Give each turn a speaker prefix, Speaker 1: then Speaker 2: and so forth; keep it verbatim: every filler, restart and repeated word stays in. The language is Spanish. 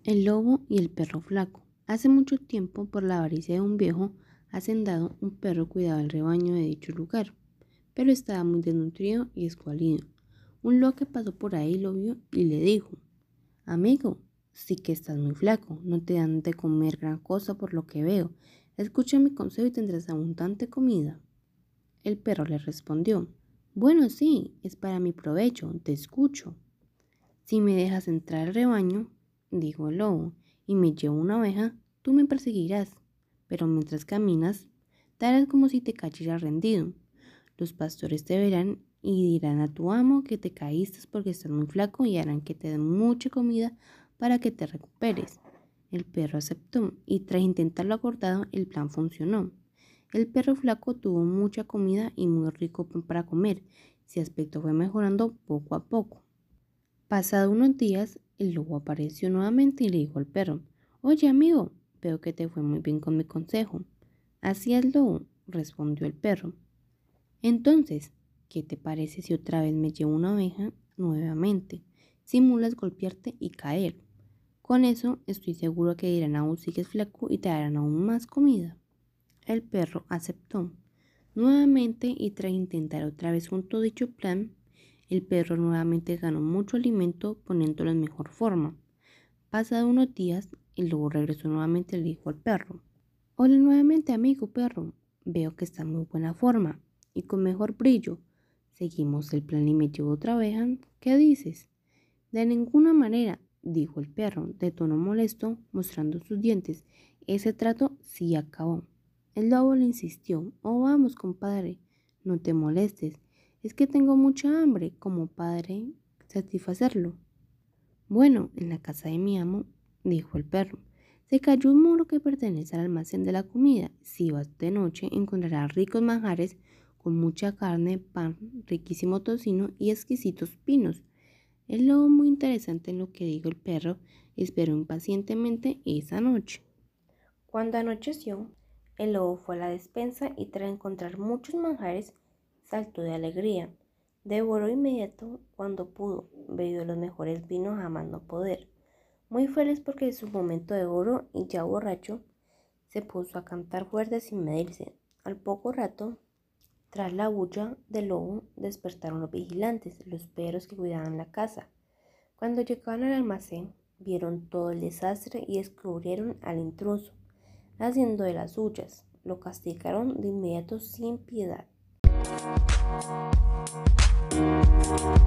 Speaker 1: El lobo y el perro flaco. Hace mucho tiempo, por la avaricia de un viejo hacendado, un perro cuidaba el rebaño de dicho lugar, pero estaba muy desnutrido y escuálido. Un lobo que pasó por ahí lo vio y le dijo: Amigo, sí que estás muy flaco, no te dan de comer gran cosa por lo que veo. Escucha mi consejo y tendrás abundante comida. El perro le respondió: Bueno, sí, es para mi provecho, te escucho. Si me dejas entrar al rebaño, dijo el lobo, y me llevo una oveja, tú me perseguirás, pero mientras caminas, te harás como si te cayeras rendido. Los pastores te verán y dirán a tu amo que te caíste porque estás muy flaco y harán que te den mucha comida para que te recuperes. El perro aceptó y tras intentarlo acordado, el plan funcionó. El perro flaco tuvo mucha comida y muy rico pan para comer. Su aspecto fue mejorando poco a poco. Pasado unos días, el lobo apareció nuevamente y le dijo al perro: Oye, amigo, veo que te fue muy bien con mi consejo. Así es, lobo, respondió el perro. Entonces, ¿qué te parece si otra vez me llevo una oveja nuevamente? Simulas golpearte y caer. Con eso estoy seguro que dirán aún sigues flaco y te darán aún más comida. El perro aceptó nuevamente y tras intentar otra vez junto dicho plan, el perro nuevamente ganó mucho alimento poniéndolo en mejor forma. Pasados unos días, el lobo regresó nuevamente y le dijo al perro: Hola nuevamente, amigo perro, veo que está en muy buena forma y con mejor brillo. Seguimos el plan y me llevo otra oveja. ¿Qué dices? De ninguna manera, dijo el perro, de tono molesto, mostrando sus dientes. Ese trato sí acabó. El lobo le insistió: Oh, vamos, compadre, no te molestes. Es que tengo mucha hambre, como padre, satisfacerlo. Bueno, en la casa de mi amo, dijo el perro, se cayó un muro que pertenece al almacén de la comida. Si vas de noche, encontrarás ricos manjares con mucha carne, pan, riquísimo tocino y exquisitos pinos. El lobo, muy interesante en lo que dijo el perro, esperó impacientemente esa noche. Cuando anocheció, el lobo fue a la despensa y tras encontrar muchos manjares, saltó de alegría. Devoró inmediato cuando pudo, bebió los mejores vinos a más no poder. Muy feliz porque en su momento de oro y ya borracho, se puso a cantar fuerte sin medirse. Al poco rato, tras la bulla del lobo, despertaron los vigilantes, los perros que cuidaban la casa. Cuando llegaron al almacén, vieron todo el desastre y descubrieron al intruso haciendo de las suyas. Lo castigaron de inmediato sin piedad.